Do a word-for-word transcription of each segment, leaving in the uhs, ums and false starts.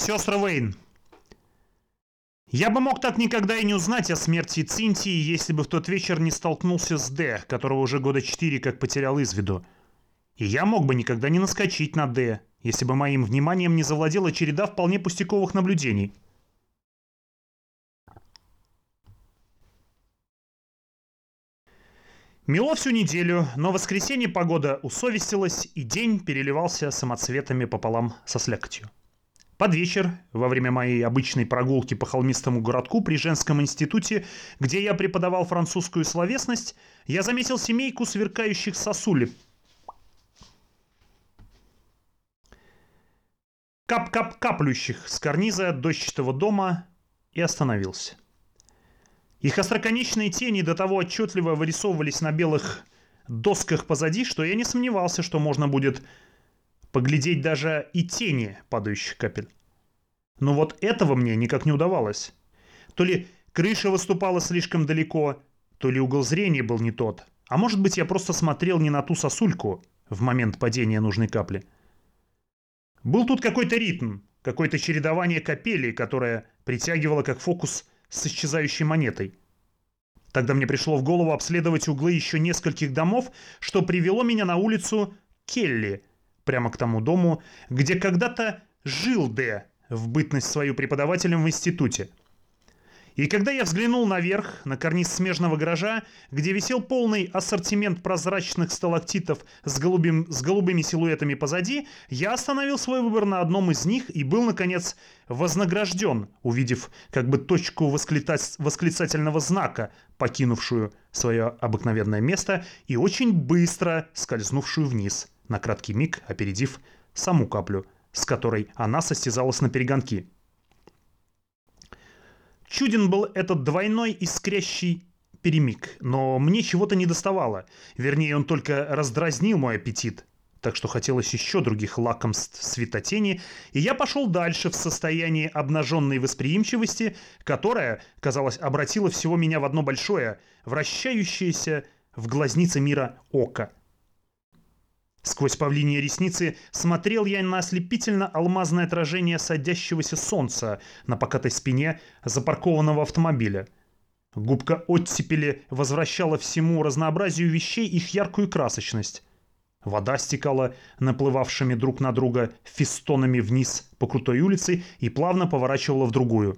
Сестры Вейн. Я бы мог так никогда и не узнать о смерти Цинтии, если бы в тот вечер не столкнулся с Д, которого уже года четыре как потерял из виду. И я мог бы никогда не наскочить на Д, если бы моим вниманием не завладела череда вполне пустяковых наблюдений. Мело всю неделю, но в воскресенье погода усовестилась, и день переливался самоцветами пополам со слякотью. Под вечер, во время моей обычной прогулки по холмистому городку при женском институте, где я преподавал французскую словесность, я заметил семейку сверкающих сосулек. Кап-кап-каплющих с карниза дощатого дома, и остановился. Их остроконечные тени до того отчетливо вырисовывались на белых досках позади, что я не сомневался, что можно будет поглядеть даже и тени падающих капель. Но вот этого мне никак не удавалось. То ли крыша выступала слишком далеко, то ли угол зрения был не тот. А может быть, я просто смотрел не на ту сосульку в момент падения нужной капли. Был тут какой-то ритм, какое-то чередование капелей, которое притягивало как фокус с исчезающей монетой. Тогда мне пришло в голову обследовать углы еще нескольких домов, что привело меня на улицу Келли, прямо к тому дому, где когда-то жил Д в бытность свою преподавателем в институте. И когда я взглянул наверх, на карниз смежного гаража, где висел полный ассортимент прозрачных сталактитов с, голубым, с голубыми силуэтами позади, я остановил свой выбор на одном из них и был, наконец, вознагражден, увидев как бы точку восклицательного знака, покинувшую свое обыкновенное место и очень быстро скользнувшую вниз, на краткий миг опередив саму каплю, с которой она состязалась на перегонки. Чуден был этот двойной искрящий перемиг, но мне чего-то не доставало. Вернее, он только раздразнил мой аппетит, так что хотелось еще других лакомств светотени, и я пошел дальше в состоянии обнаженной восприимчивости, которая, казалось, обратила всего меня в одно большое, вращающееся в глазнице мира око. Сквозь павлиньи ресницы смотрел я на ослепительно-алмазное отражение садящегося солнца на покатой спине запаркованного автомобиля. Губка оттепели возвращала всему разнообразию вещей их яркую красочность. Вода стекала наплывавшими друг на друга фестонами вниз по крутой улице и плавно поворачивала в другую.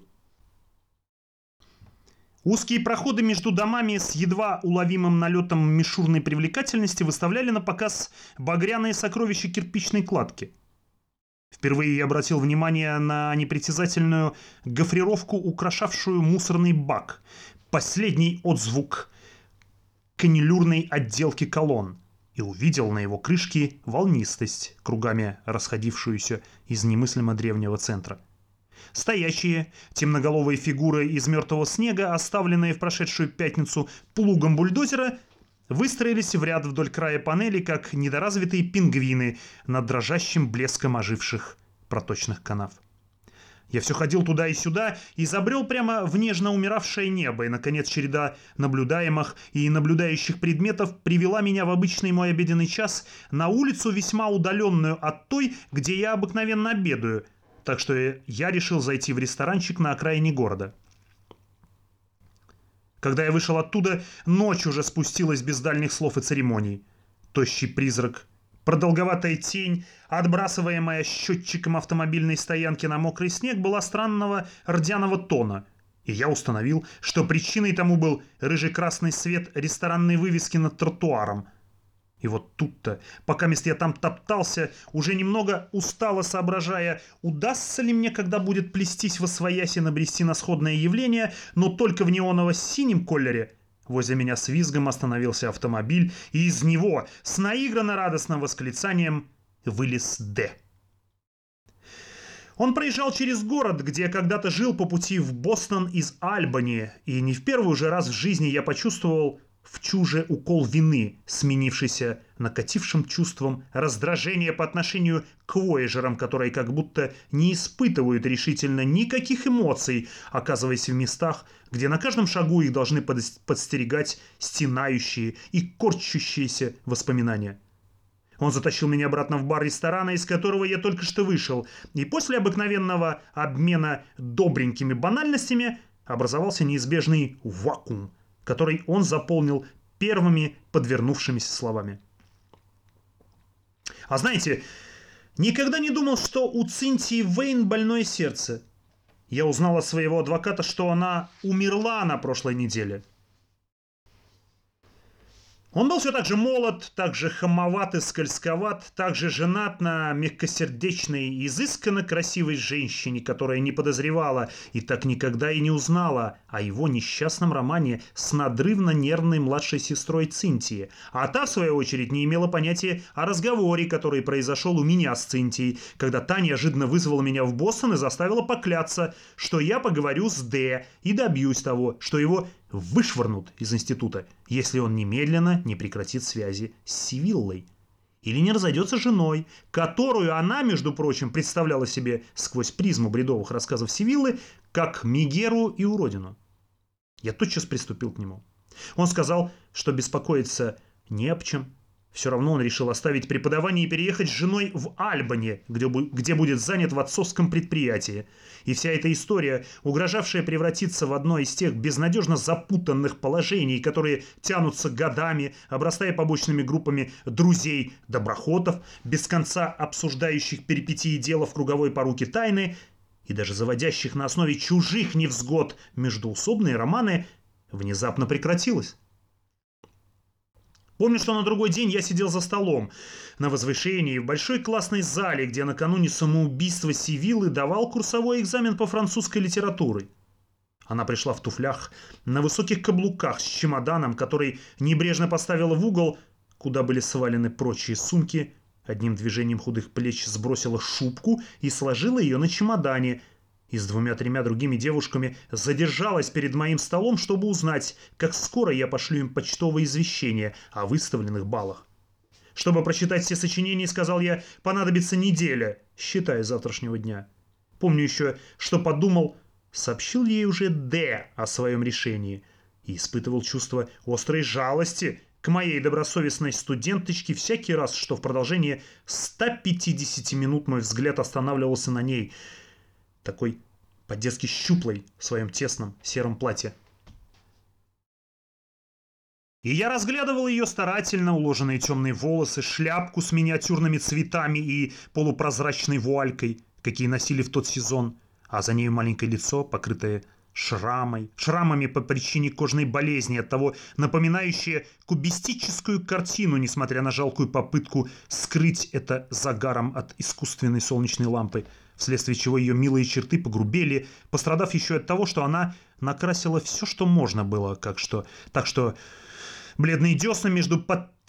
Узкие проходы между домами с едва уловимым налетом мишурной привлекательности выставляли на показ багряные сокровища кирпичной кладки. Впервые я обратил внимание на непритязательную гофрировку, украшавшую мусорный бак, последний отзвук канилюрной отделки колонн, и увидел на его крышке волнистость, кругами расходившуюся из немыслимо древнего центра. Стоящие, темноголовые фигуры из мертвого снега, оставленные в прошедшую пятницу плугом бульдозера, выстроились в ряд вдоль края панели, как недоразвитые пингвины над дрожащим блеском оживших проточных канав. Я все ходил туда и сюда и забрел прямо в нежно умиравшее небо, и, наконец, череда наблюдаемых и наблюдающих предметов привела меня в обычный мой обеденный час на улицу, весьма удаленную от той, где я обыкновенно обедаю, так что я решил зайти в ресторанчик на окраине города. Когда я вышел оттуда, ночь уже спустилась без дальних слов и церемоний. Тощий призрак, продолговатая тень, отбрасываемая счетчиком автомобильной стоянки на мокрый снег, была странного рдяного тона, и я установил, что причиной тому был рыжий-красный свет ресторанной вывески над тротуаром. И вот тут-то, пока я там топтался, уже немного устало соображая, удастся ли мне, когда будет плестись восвояси, набрести на сходное явление, но только в неоново-синем колере, возле меня с визгом остановился автомобиль, и из него с наигранно радостным восклицанием вылез Д. Он проезжал через город, где когда-то жил по пути в Бостон из Альбани, и не в первый же раз в жизни я почувствовал в чуже укол вины, сменившийся накатившим чувством раздражения по отношению к вояжерам, которые как будто не испытывают решительно никаких эмоций, оказываясь в местах, где на каждом шагу их должны подстерегать стенающие и корчащиеся воспоминания. Он затащил меня обратно в бар ресторана, из которого я только что вышел, и после обыкновенного обмена добренькими банальностями образовался неизбежный вакуум, который он заполнил первыми подвернувшимися словами. А знаете, никогда не думал, что у Цинтии Вейн больное сердце. Я узнал от своего адвоката, что она умерла на прошлой неделе. Он был все так же молод, так же хамоват и скользковат, так же женат на мягкосердечной, изысканно красивой женщине, которая не подозревала и так никогда и не узнала о его несчастном романе с надрывно-нервной младшей сестрой Цинтии. А та, в свою очередь, не имела понятия о разговоре, который произошел у меня с Цинтией, когда та неожиданно вызвала меня в Бостон и заставила покляться, что я поговорю с Д и добьюсь того, что его вышвырнут из института, если он немедленно не прекратит связи с Сивиллой. Или не разойдется с женой, которую она, между прочим, представляла себе сквозь призму бредовых рассказов Сивиллы, как Мегеру и уродину. Я тотчас приступил к нему. Он сказал, что беспокоиться не об чем. Все равно он решил оставить преподавание и переехать с женой в Альбани, где, где будет занят в отцовском предприятии. И вся эта история, угрожавшая превратиться в одно из тех безнадежно запутанных положений, которые тянутся годами, обрастая побочными группами друзей-доброхотов, без конца обсуждающих перипетии дела в круговой поруке тайны и даже заводящих на основе чужих невзгод междоусобные романы, внезапно прекратилась. Помню, что на другой день я сидел за столом на возвышении в большой классной зале, где накануне самоубийства Сивиллы давал курсовой экзамен по французской литературе. Она пришла в туфлях, на высоких каблуках, с чемоданом, который небрежно поставила в угол, куда были свалены прочие сумки, одним движением худых плеч сбросила шубку и сложила ее на чемодане, и с двумя-тремя другими девушками задержалась перед моим столом, чтобы узнать, как скоро я пошлю им почтовое извещение о выставленных баллах. Чтобы прочитать все сочинения, сказал я, понадобится неделя, считая завтрашнего дня. Помню еще, что подумал, сообщил ей уже Д о своем решении и испытывал чувство острой жалости к моей добросовестной студенточке всякий раз, что в продолжении ста пятидесяти минут мой взгляд останавливался на ней, такой по-детски щуплой в своем тесном сером платье. И я разглядывал ее старательно уложенные темные волосы, шляпку с миниатюрными цветами и полупрозрачной вуалькой, какие носили в тот сезон, а за нею маленькое лицо, покрытое шрамой, шрамами по причине кожной болезни, оттого напоминающее кубистическую картину, несмотря на жалкую попытку скрыть это загаром от искусственной солнечной лампы, вследствие чего ее милые черты погрубели, пострадав еще от того, что она накрасила все, что можно было, как что, так что бледные десна между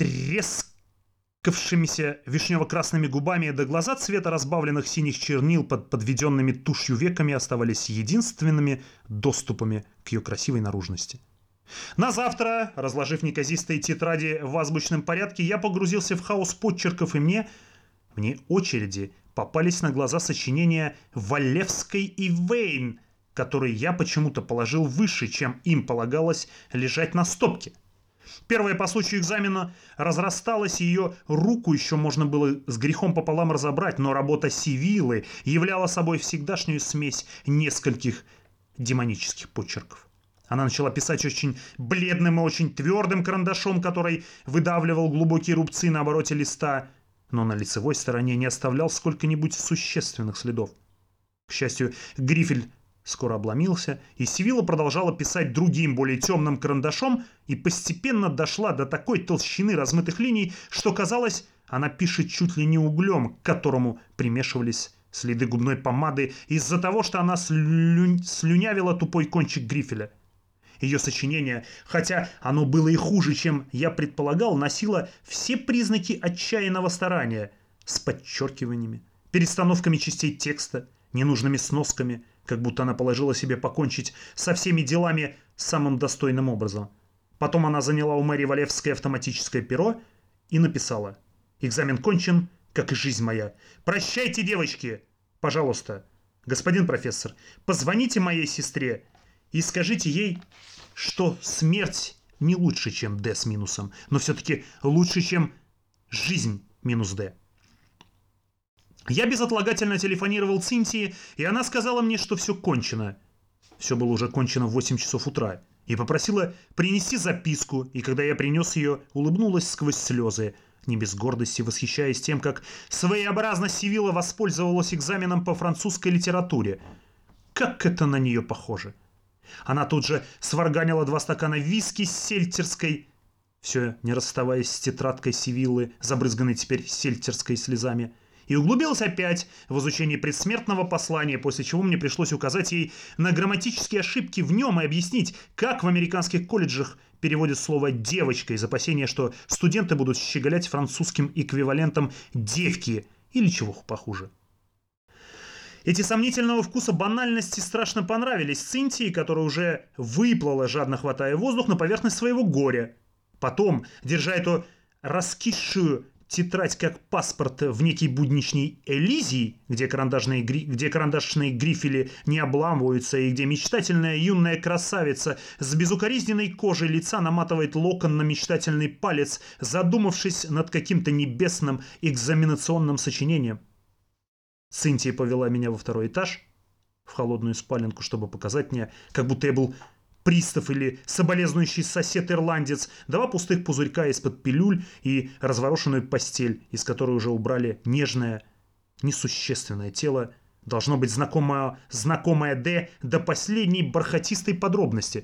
потрескавшимися вишнево-красными губами до глаза цвета разбавленных синих чернил под подведенными тушью веками оставались единственными доступами к ее красивой наружности. На завтра, разложив неказистые тетради в азбучном порядке, я погрузился в хаос подчерков, и мне, мне очереди попались на глаза сочинения Валлевской и Вейн, которые я почему-то положил выше, чем им полагалось лежать на стопке. Первая по случаю экзамена разрасталась, и ее руку еще можно было с грехом пополам разобрать, но работа Сивиллы являла собой всегдашнюю смесь нескольких демонических почерков. Она начала писать очень бледным и очень твердым карандашом, который выдавливал глубокие рубцы на обороте листа, но на лицевой стороне не оставлял сколько-нибудь существенных следов. К счастью, грифель скоро обломился, и Сивилла продолжала писать другим, более темным карандашом и постепенно дошла до такой толщины размытых линий, что казалось, она пишет чуть ли не углем, к которому примешивались следы губной помады из-за того, что она слю... слюнявила тупой кончик грифеля. Ее сочинение, хотя оно было и хуже, чем я предполагал, носило все признаки отчаянного старания с подчеркиваниями, перестановками частей текста, ненужными сносками, как будто она положила себе покончить со всеми делами самым достойным образом. Потом она заняла у Мэри Валевской автоматическое перо и написала: «Экзамен кончен, как и жизнь моя. Прощайте, девочки! Пожалуйста, господин профессор, позвоните моей сестре и скажите ей, что смерть не лучше, чем Д с минусом, но все-таки лучше, чем жизнь минус Д. Я безотлагательно телефонировал Цинтии, и она сказала мне, что все кончено. Все было уже кончено в восемь часов утра. И попросила принести записку, и когда я принес ее, улыбнулась сквозь слезы, не без гордости восхищаясь тем, как своеобразно Сивилла воспользовалась экзаменом по французской литературе. Как это на нее похоже! Она тут же сварганила два стакана виски с сельтерской, все не расставаясь с тетрадкой Сивиллы, забрызганной теперь сельтерской слезами, и углубилась опять в изучение предсмертного послания, после чего мне пришлось указать ей на грамматические ошибки в нем и объяснить, как в американских колледжах переводят слово «девочка» из опасения, что студенты будут щеголять французским эквивалентом «девки» или чего похуже. Эти сомнительного вкуса банальности страшно понравились Цинтии, которая уже выплыла, жадно хватая воздух, на поверхность своего горя. Потом, держа эту раскисшую тетрадь как паспорт в некий будничный Элизий, где карандашные, гри... где карандашные грифели не обламываются и где мечтательная юная красавица с безукоризненной кожей лица наматывает локон на мечтательный палец, задумавшись над каким-то небесным экзаменационным сочинением. Цинтия повела меня во второй этаж, в холодную спаленку, чтобы показать мне, как будто я был пристав или соболезнующий сосед-ирландец, два пустых пузырька из-под пилюль и разворошенную постель, из которой уже убрали нежное, несущественное тело, должно быть знакомое, знакомое Д до последней бархатистой подробности.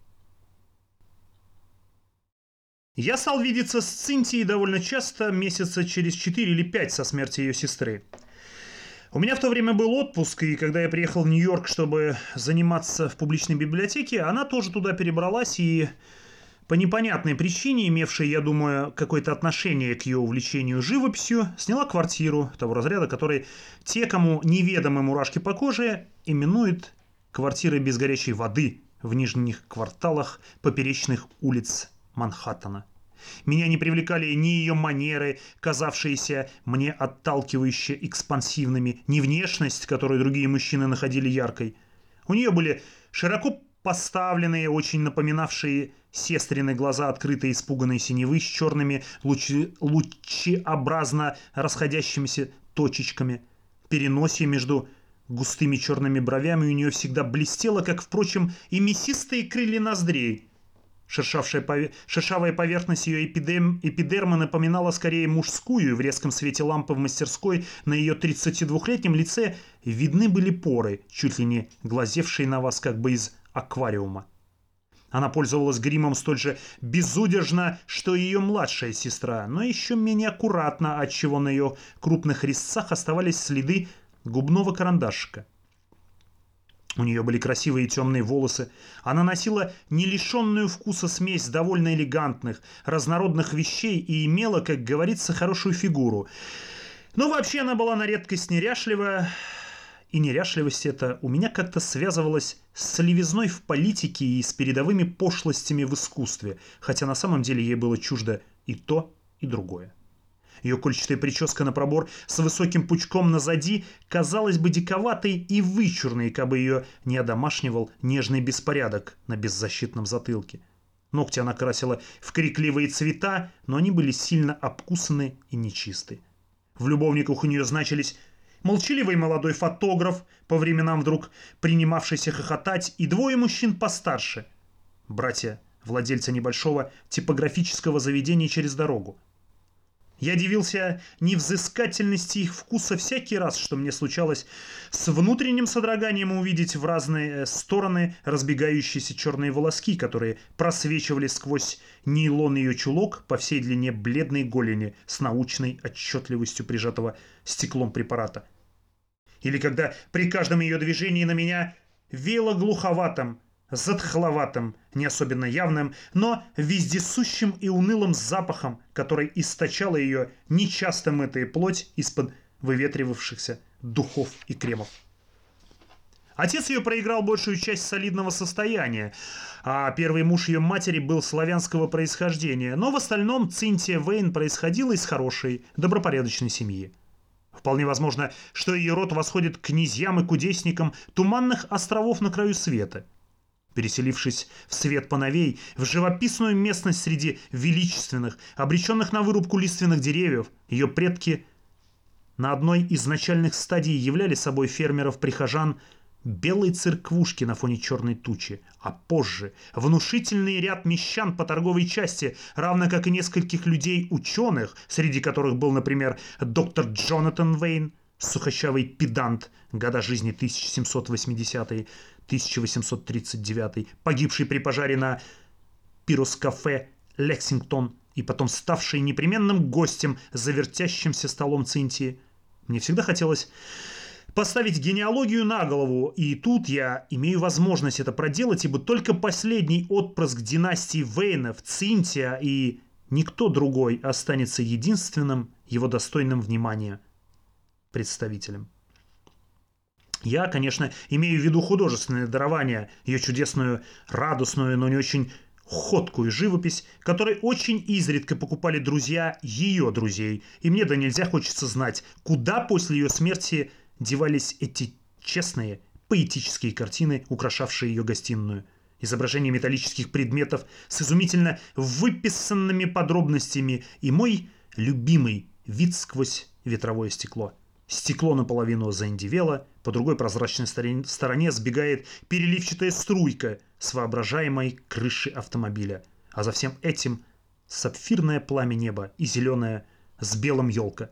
Я стал видеться с Цинтией довольно часто, месяца через четыре или пять со смерти ее сестры. У меня в то время был отпуск, и когда я приехал в Нью-Йорк, чтобы заниматься в публичной библиотеке, она тоже туда перебралась и по непонятной причине, имевшей, я думаю, какое-то отношение к ее увлечению живописью, сняла квартиру того разряда, который те, кому неведомы мурашки по коже, именуют квартирой без горячей воды в нижних кварталах поперечных улиц Манхэттена. Меня не привлекали ни ее манеры, казавшиеся мне отталкивающе экспансивными, ни внешность, которую другие мужчины находили яркой. У нее были широко поставленные, очень напоминавшие сестрины глаза, открытые испуганной синевы с черными лучи, лучеобразно расходящимися точечками. Переносие между густыми черными бровями у нее всегда блестело, как, впрочем, и мясистые крылья ноздрей. Пове... Шершавая поверхность ее эпидем... эпидерма напоминала скорее мужскую, и в резком свете лампы в мастерской на ее тридцатидвухлетнем лице видны были поры, чуть ли не глазевшие на вас как бы из аквариума. Она пользовалась гримом столь же безудержно, что и ее младшая сестра, но еще менее аккуратно, отчего на ее крупных резцах оставались следы губного карандашика. У нее были красивые темные волосы. Она носила не лишенную вкуса смесь довольно элегантных, разнородных вещей и имела, как говорится, хорошую фигуру. Но вообще она была на редкость неряшлива, и неряшливость эта у меня как-то связывалась с левизной в политике и с передовыми пошлостями в искусстве, хотя на самом деле ей было чуждо и то, и другое. Ее кольчатая прическа на пробор с высоким пучком назади казалась бы диковатой и вычурной, кабы ее не одомашнивал нежный беспорядок на беззащитном затылке. Ногти она красила в крикливые цвета, но они были сильно обкусаны и нечисты. В любовниках у нее значились молчаливый молодой фотограф, по временам вдруг принимавшийся хохотать, и двое мужчин постарше, братья, владельца небольшого типографического заведения через дорогу. Я дивился невзыскательности их вкуса всякий раз, что мне случалось с внутренним содроганием увидеть в разные стороны разбегающиеся черные волоски, которые просвечивали сквозь нейлон ее чулок по всей длине бледной голени с научной отчетливостью прижатого стеклом препарата. Или когда при каждом ее движении на меня веяло глуховатым, затхловатым, не особенно явным, но вездесущим и унылым запахом, который источала ее нечасто мытая плоть из-под выветривавшихся духов и кремов. Отец ее проиграл большую часть солидного состояния, а первый муж ее матери был славянского происхождения, но в остальном Цинтия Вейн происходила из хорошей, добропорядочной семьи. Вполне возможно, что ее род восходит к князьям и кудесникам туманных островов на краю света. Переселившись в свет поновей, в живописную местность среди величественных, обреченных на вырубку лиственных деревьев, ее предки на одной из начальных стадий являли собой фермеров-прихожан белой церквушки на фоне черной тучи, а позже внушительный ряд мещан по торговой части, равно как и нескольких людей-ученых, среди которых был, например, доктор Джонатан Вейн, сухощавый педант, года жизни тысяча семьсот восьмидесятые — тысяча восемьсот тридцать девятый, погибший при пожаре на Пирос-кафе Лексингтон и потом ставший непременным гостем за вертящимся столом Цинтии. Мне всегда хотелось поставить генеалогию на голову, и тут я имею возможность это проделать, ибо только последний отпрыск династии Вейнов, Цинтия, и никто другой останется единственным его достойным внимания представителем. Я, конечно, имею в виду художественное дарование, ее чудесную, радостную, но не очень ходкую живопись, которой очень изредка покупали друзья ее друзей, и мне да нельзя хочется знать, куда после ее смерти девались эти честные, поэтические картины, украшавшие ее гостиную. Изображения металлических предметов с изумительно выписанными подробностями и мой любимый вид сквозь ветровое стекло. Стекло наполовину заиндевело, по другой прозрачной стороне сбегает переливчатая струйка с воображаемой крыши автомобиля. А за всем этим сапфирное пламя неба и зеленая с белым елка.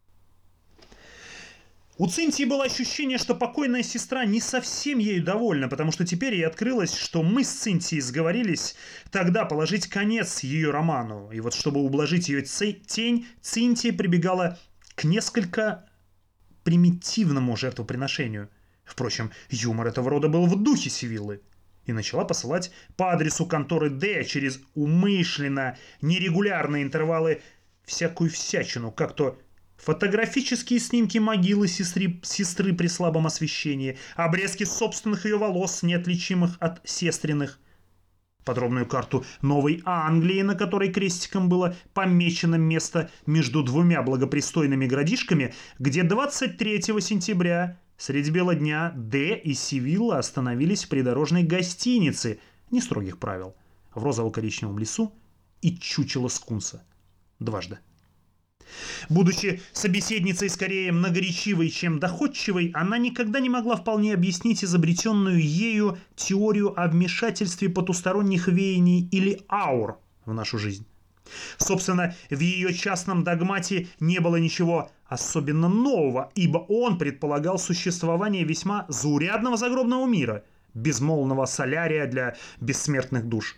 У Цинтии было ощущение, что покойная сестра не совсем ею довольна, потому что теперь ей открылось, что мы с Цинтией сговорились тогда положить конец ее роману. И вот чтобы ублажить ее тень, Цинтия прибегала к несколько примитивному жертвоприношению. Впрочем, юмор этого рода был в духе Сивиллы. И начала посылать по адресу конторы Д через умышленно нерегулярные интервалы всякую всячину, как то фотографические снимки могилы сестры, сестры при слабом освещении, обрезки собственных ее волос, неотличимых от сестриных, подробную карту Новой Англии, на которой крестиком было помечено место между двумя благопристойными городишками, где двадцать третьего сентября средь бела дня Д и Сивилла остановились в придорожной гостинице, не строгих правил, в розово-коричневом лесу, и чучело скунса. Дважды. Будучи собеседницей скорее многоречивой, чем доходчивой, она никогда не могла вполне объяснить изобретенную ею теорию о вмешательстве потусторонних веяний или аур в нашу жизнь. Собственно, в ее частном догмате не было ничего особенно нового, ибо он предполагал существование весьма заурядного загробного мира, безмолвного солярия для бессмертных душ,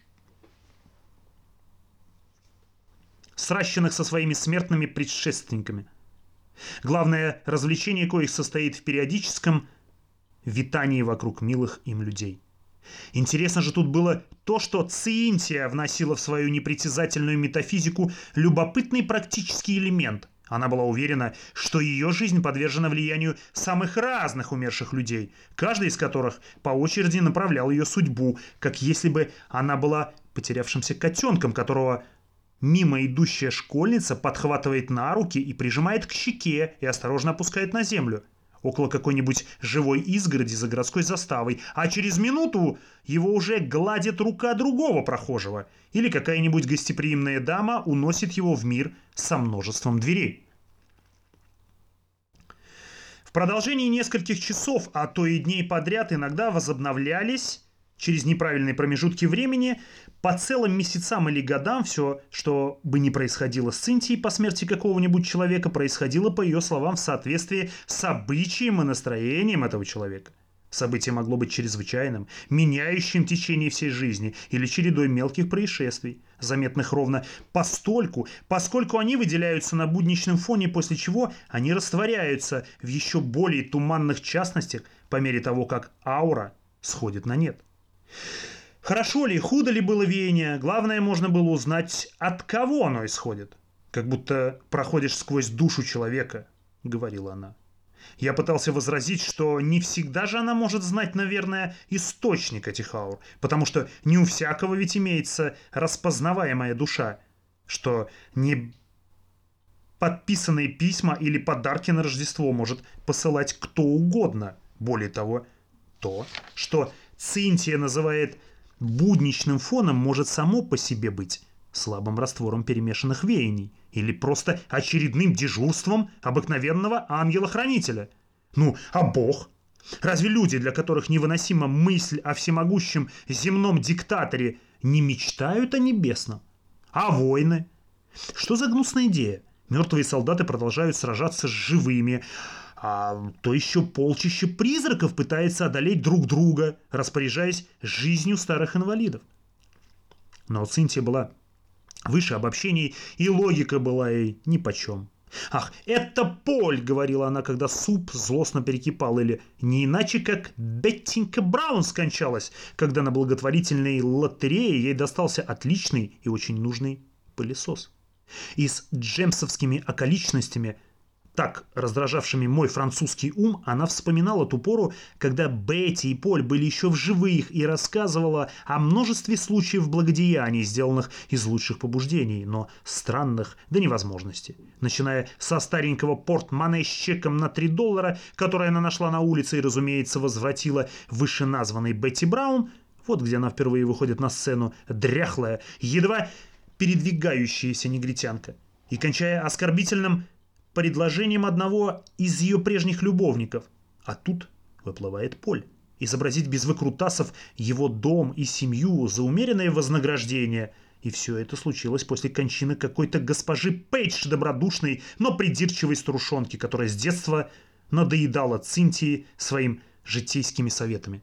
сращенных со своими смертными предшественниками. Главное развлечение коих состоит в периодическом витании вокруг милых им людей. Интересно же тут было то, что Цинтия вносила в свою непритязательную метафизику любопытный практический элемент. Она была уверена, что ее жизнь подвержена влиянию самых разных умерших людей, каждый из которых по очереди направлял ее судьбу, как если бы она была потерявшимся котенком, которого мимо идущая школьница подхватывает на руки и прижимает к щеке и осторожно опускает на землю около какой-нибудь живой изгороди за городской заставой, а через минуту его уже гладит рука другого прохожего, или какая-нибудь гостеприимная дама уносит его в мир со множеством дверей. В продолжении нескольких часов, а то и дней подряд, иногда возобновлялись через неправильные промежутки времени по целым месяцам или годам все, что бы ни происходило с Цинтией по смерти какого-нибудь человека, происходило, по ее словам, в соответствии с обычаем и настроением этого человека. Событие могло быть чрезвычайным, меняющим течение всей жизни или чередой мелких происшествий, заметных ровно постольку, поскольку они выделяются на будничном фоне, после чего они растворяются в еще более туманных частностях по мере того, как аура сходит на нет. Хорошо ли, худо ли было веяние, главное, можно было узнать, от кого оно исходит. Как будто проходишь сквозь душу человека, говорила она. Я пытался возразить, что не всегда же она может знать, наверное, источник этих аур, потому что не у всякого ведь имеется распознаваемая душа, что не подписанные письма или подарки на Рождество может посылать кто угодно. Более того, то, что Цинтия называет будничным фоном может само по себе быть слабым раствором перемешанных веяний или просто очередным дежурством обыкновенного ангела-хранителя. Ну, а Бог? Разве люди, для которых невыносима мысль о всемогущем земном диктаторе, не мечтают о небесном? А войны? Что за гнусная идея? Мертвые солдаты продолжают сражаться с живыми, а то еще полчище призраков пытается одолеть друг друга, распоряжаясь жизнью старых инвалидов. Но Цинтия была выше обобщений, и логика была ей нипочем. «Ах, это Поль!» — говорила она, когда суп злостно перекипал, или не иначе, как Беттинка Браун скончалась, когда на благотворительной лотерее ей достался отличный и очень нужный пылесос. И с джемсовскими околичностями, так раздражавшими мой французский ум, она вспоминала ту пору, когда Бетти и Поль были еще в живых, и рассказывала о множестве случаев благодеяний, сделанных из лучших побуждений, но странных до невозможности. Начиная со старенького портмоне с чеком на три доллара, которое она нашла на улице и, разумеется, возвратила вышеназванной Бетти Браун, вот где она впервые выходит на сцену, дряхлая, едва передвигающаяся негритянка, и кончая оскорбительным предложением одного из ее прежних любовников. А тут выплывает Поль. Изобразить без выкрутасов его дом и семью за умеренное вознаграждение. И все это случилось после кончины какой-то госпожи Пейдж, добродушной, но придирчивой старушонки, которая с детства надоедала Цинтии своим житейскими советами.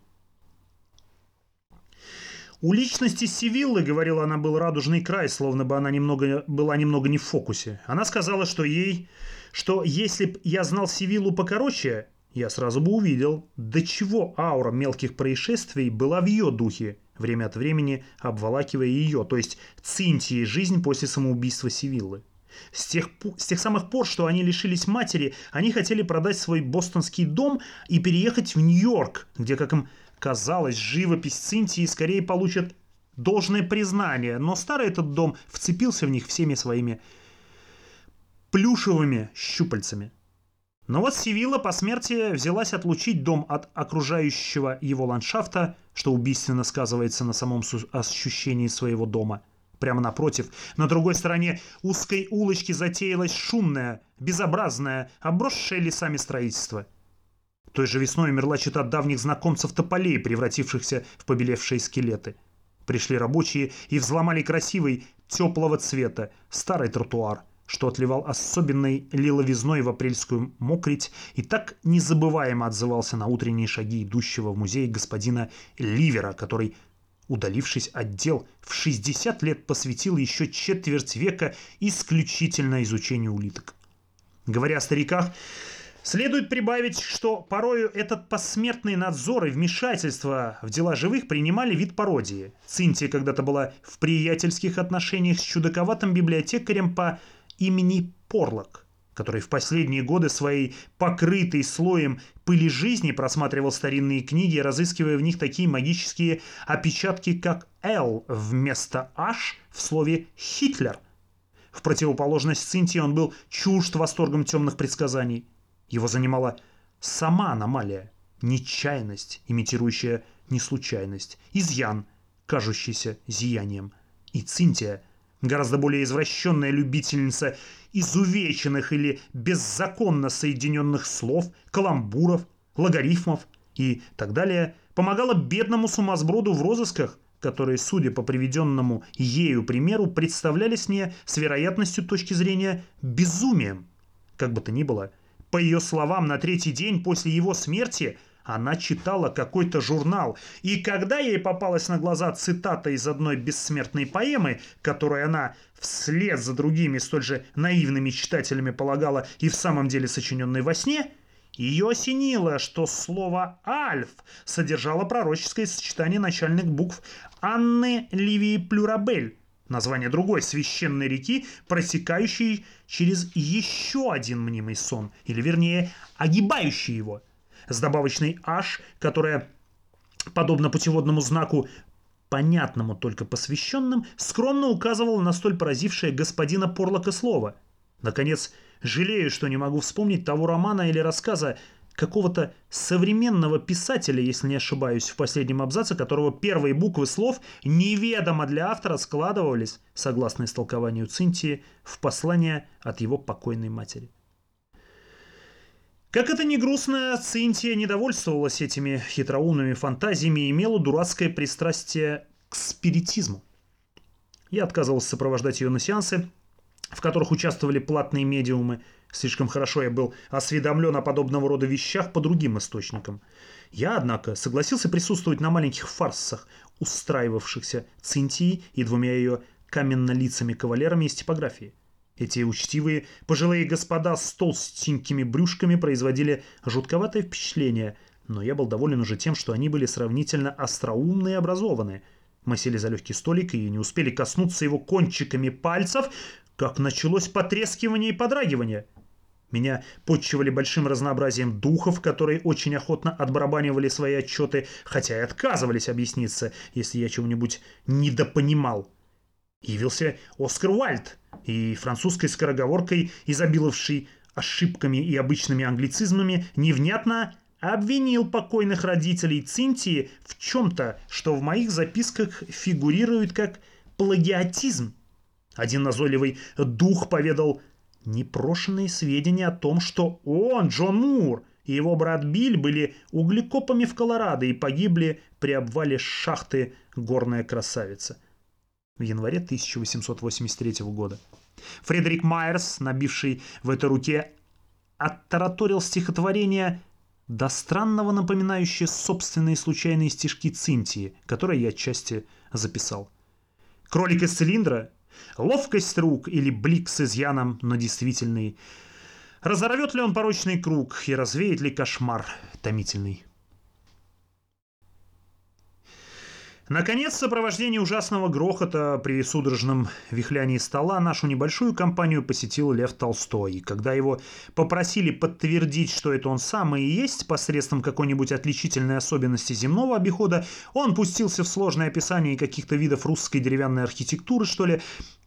У личности Сивиллы, говорила она, был радужный край, словно бы она немного, была немного не в фокусе. Она сказала, что ей, что если б я знал Сивиллу покороче, я сразу бы увидел, до чего аура мелких происшествий была в ее духе, время от времени обволакивая ее, то есть Цинтии, жизнь после самоубийства Сивиллы. С тех, с тех самых пор, что они лишились матери, они хотели продать свой бостонский дом и переехать в Нью-Йорк, где, как им казалось, живопись Цинтии скорее получит должное признание, но старый этот дом вцепился в них всеми своими плюшевыми щупальцами. Но вот Сивилла по смерти взялась отлучить дом от окружающего его ландшафта, что убийственно сказывается на самом ощущении своего дома. Прямо напротив, на другой стороне узкой улочки затеялось шумное, безобразное, обросшее лесами строительство. Той же весной умерла чета давних знакомцев тополей, превратившихся в побелевшие скелеты. Пришли рабочие и взломали красивый, теплого цвета, старый тротуар, что отливал особенной лиловизной в апрельскую мокрить и так незабываемо отзывался на утренние шаги идущего в музей господина Ливера, который, удалившись от дел, в шестьдесят лет посвятил еще четверть века исключительно изучению улиток. Говоря о стариках, следует прибавить, что порою этот посмертный надзор и вмешательство в дела живых принимали вид пародии. Цинтия когда-то была в приятельских отношениях с чудаковатым библиотекарем по имени Порлок, который в последние годы своей покрытой слоем пыли жизни просматривал старинные книги, разыскивая в них такие магические опечатки, как «Л» вместо «H» в слове «Хитлер». В противоположность Цинтии он был чужд восторгом темных предсказаний. Его занимала сама аномалия, нечаянность, имитирующая неслучайность, изъян, кажущийся зиянием. И Цинтия, гораздо более извращенная любительница изувеченных или беззаконно соединенных слов, каламбуров, логарифмов и так далее, помогала бедному сумасброду в розысках, которые, судя по приведенному ею примеру, представлялись мне с вероятностью точки зрения безумием. Как бы то ни было, по ее словам, на третий день после его смерти она читала какой-то журнал, и когда ей попалась на глаза цитата из одной бессмертной поэмы, которую она вслед за другими столь же наивными читателями полагала и в самом деле сочиненной во сне, ее осенило, что слово «альф» содержало пророческое сочетание начальных букв Анны Ливии Плюрабель, название другой священной реки, протекающей через еще один мнимый сон, или вернее, огибающий его, с добавочной «H», которая, подобно путеводному знаку, понятному только посвященным, скромно указывала на столь поразившее господина Порлока слово. Наконец, жалею, что не могу вспомнить того романа или рассказа, какого-то современного писателя, если не ошибаюсь, в последнем абзаце, которого первые буквы слов неведомо для автора складывались, согласно истолкованию Цинтии, в послание от его покойной матери. Как это ни грустно, Цинтия не довольствовалась этими хитроумными фантазиями и имела дурацкое пристрастие к спиритизму. Я отказывался сопровождать ее на сеансы, в которых участвовали платные медиумы. Слишком хорошо я был осведомлен о подобного рода вещах по другим источникам. Я, однако, согласился присутствовать на маленьких фарсах, устраивавшихся Цинтией и двумя ее каменнолицами кавалерами из типографии. Эти учтивые пожилые господа с толстенькими брюшками производили жутковатое впечатление, но я был доволен уже тем, что они были сравнительно остроумны и образованы. Мы сели за легкий столик и не успели коснуться его кончиками пальцев, как началось потрескивание и подрагивание. Меня подчивали большим разнообразием духов, которые очень охотно отбарабанивали свои отчеты, хотя и отказывались объясниться, если я чего-нибудь недопонимал. Явился Оскар Уайльд и французской скороговоркой, изобиловавший ошибками и обычными англицизмами, невнятно обвинил покойных родителей Цинтии в чем-то, что в моих записках фигурирует как плагиатизм. Один назойливый дух поведал непрошенные сведения о том, что он, Джон Мур, и его брат Биль были углекопами в Колорадо и погибли при обвале шахты «Горная красавица» в январе тысяча восемьсот восемьдесят третьего года. Фредерик Майерс, набивший в этой руке, оттараторил стихотворение, до странного напоминающее собственные случайные стишки Цинтии, которые я отчасти записал. «Кролик из цилиндра», ловкость рук или блик с изъяном, но действительный. Разорвет ли он порочный круг и развеет ли кошмар томительный? Наконец, в сопровождении ужасного грохота при судорожном вихлянии стола нашу небольшую компанию посетил Лев Толстой. И когда его попросили подтвердить, что это он сам и есть посредством какой-нибудь отличительной особенности земного обихода, он пустился в сложное описание каких-то видов русской деревянной архитектуры, что ли,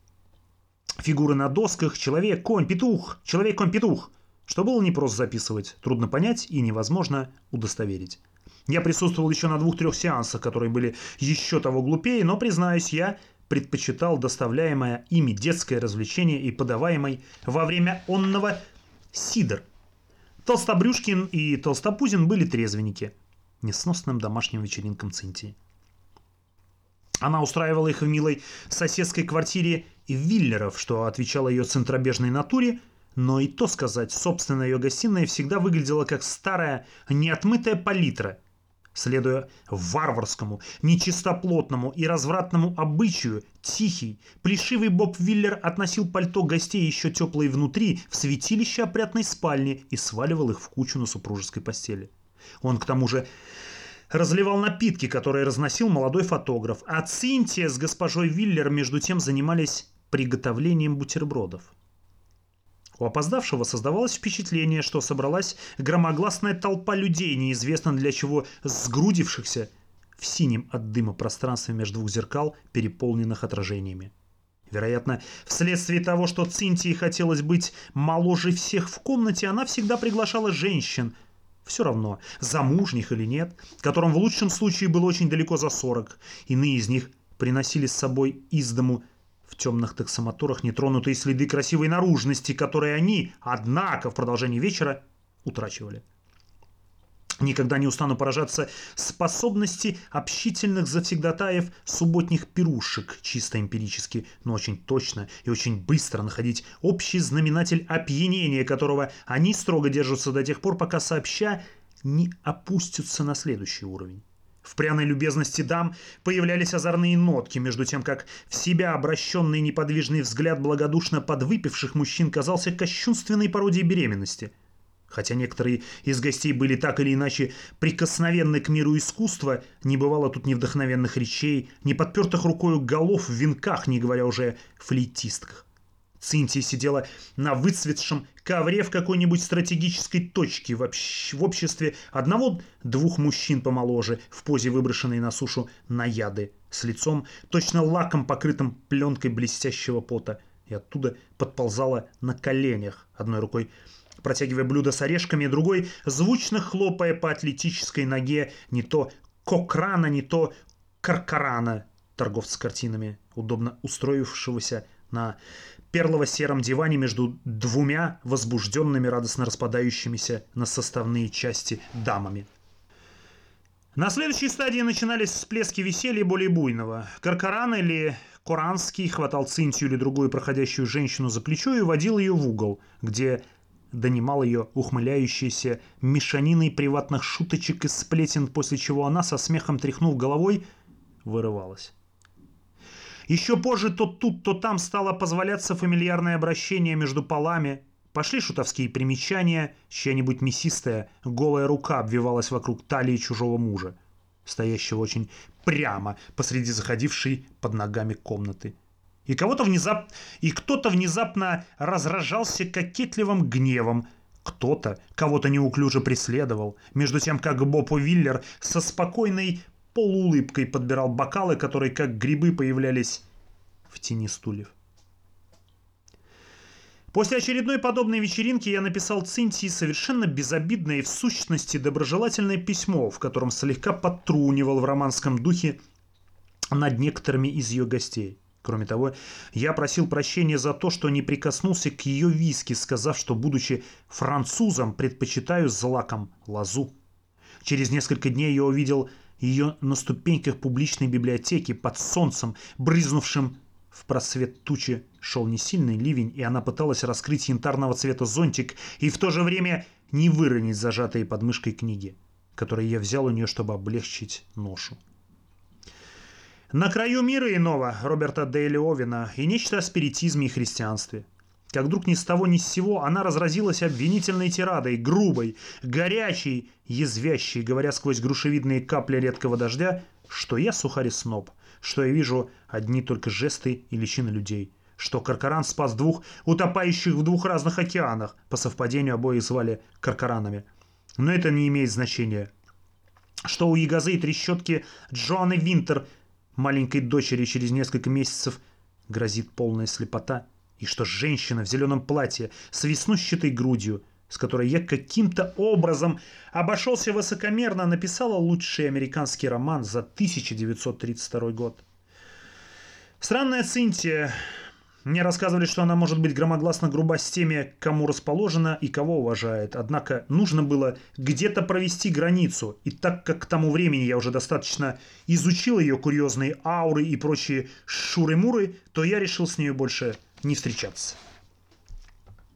фигуры на досках, человек, конь, петух, человек, конь, петух, что было непросто записывать, трудно понять и невозможно удостоверить. Я присутствовал еще на двух-трех сеансах, которые были еще того глупее, но, признаюсь, я предпочитал доставляемое ими детское развлечение и подаваемый во время онного сидр. Толстобрюшкин и Толстопузин были трезвенники, несносным домашним вечеринкам Цинтии. Она устраивала их в милой соседской квартире Виллеров, что отвечало ее центробежной натуре, но и то сказать, собственно, ее гостиная всегда выглядела как старая неотмытая палитра. Следуя варварскому, нечистоплотному и развратному обычаю, тихий, плешивый Боб Виллер относил пальто гостей еще теплые внутри в святилище опрятной спальни и сваливал их в кучу на супружеской постели. Он, к тому же, разливал напитки, которые разносил молодой фотограф, а Цинтия с госпожой Виллер между тем занимались приготовлением бутербродов. У опоздавшего создавалось впечатление, что собралась громогласная толпа людей, неизвестно для чего сгрудившихся в синем от дыма пространстве между двух зеркал, переполненных отражениями. Вероятно, вследствие того, что Цинтии хотелось быть моложе всех в комнате, она всегда приглашала женщин, все равно, замужних или нет, которым в лучшем случае было очень далеко за сорок. Иные из них приносили с собой из дому в темных таксомоторах нетронутые следы красивой наружности, которые они, однако, в продолжении вечера утрачивали. Никогда не устану поражаться способности общительных завсегдатаев субботних пирушек, чисто эмпирически, но очень точно и очень быстро находить общий знаменатель опьянения, которого они строго держатся до тех пор, пока сообща не опустятся на следующий уровень. В пряной любезности дам появлялись озорные нотки, между тем, как в себя обращенный неподвижный взгляд благодушно подвыпивших мужчин казался кощунственной пародией беременности. Хотя некоторые из гостей были так или иначе прикосновенны к миру искусства, не бывало тут ни вдохновенных речей, ни подпертых рукою голов в венках, не говоря уже флейтистках. Цинтия сидела на выцветшем ковре в какой-нибудь стратегической точке в, общ... в обществе одного-двух мужчин помоложе в позе выброшенной на сушу наяды, с лицом точно лаком, покрытым пленкой блестящего пота, и оттуда подползала на коленях, одной рукой протягивая блюдо с орешками, другой звучно хлопая по атлетической ноге не то Кокрана, не то Каркарана, торговца картинами, удобно устроившегося на перлово-сером диване между двумя возбужденными, радостно распадающимися на составные части дамами. На следующей стадии начинались всплески веселья более буйного. Каркаран или Коранский хватал Цинтию или другую проходящую женщину за плечо и водил ее в угол, где донимал ее ухмыляющейся мешаниной приватных шуточек и сплетен, после чего она, со смехом тряхнув головой, вырывалась. Еще позже то тут, то там стало позволяться фамильярное обращение между полами. Пошли шутовские примечания, чья-нибудь мясистая голая рука обвивалась вокруг талии чужого мужа, стоящего очень прямо посреди заходившей под ногами комнаты. И, кого-то внезап... и кто-то внезапно разражался кокетливым гневом, кто-то кого-то неуклюже преследовал, между тем как Боб Уиллер со спокойной полуулыбкой подбирал бокалы, которые как грибы появлялись в тени стульев. После очередной подобной вечеринки я написал Цинтии совершенно безобидное и в сущности доброжелательное письмо, в котором слегка подтрунивал в романском духе над некоторыми из ее гостей. Кроме того, я просил прощения за то, что не прикоснулся к ее виски, сказав, что, будучи французом, предпочитаю злаком лозу. Через несколько дней я увидел ее на ступеньках публичной библиотеки под солнцем, брызнувшим в просвет тучи. Шел несильный ливень, и она пыталась раскрыть янтарного цвета зонтик и в то же время не выронить зажатые под мышкой книги, которые я взял у нее, чтобы облегчить ношу. «На краю мира иного» Роберта Дейли Овена и нечто о спиритизме и христианстве. Как вдруг ни с того ни с сего она разразилась обвинительной тирадой, грубой, горячей, язвящей, говоря сквозь грушевидные капли редкого дождя, что я сухарь и сноб, что я вижу одни только жесты и личины людей, что Каркаран спас двух утопающих в двух разных океанах, по совпадению обоих звали Каркаранами. Но это не имеет значения. Что у ягозы и трещотки Джоанны Винтер, маленькой дочери, через несколько месяцев грозит полная слепота, и что женщина в зеленом платье с веснущатой грудью, с которой я каким-то образом обошелся высокомерно, написала лучший американский роман за тысяча девятьсот тридцать второй год. Странная Цинтия. Мне рассказывали, что она может быть громогласно груба с теми, кому расположена и кого уважает. Однако нужно было где-то провести границу. И так как к тому времени я уже достаточно изучил ее курьезные ауры и прочие шуры-муры, то я решил с ней больше не встречаться.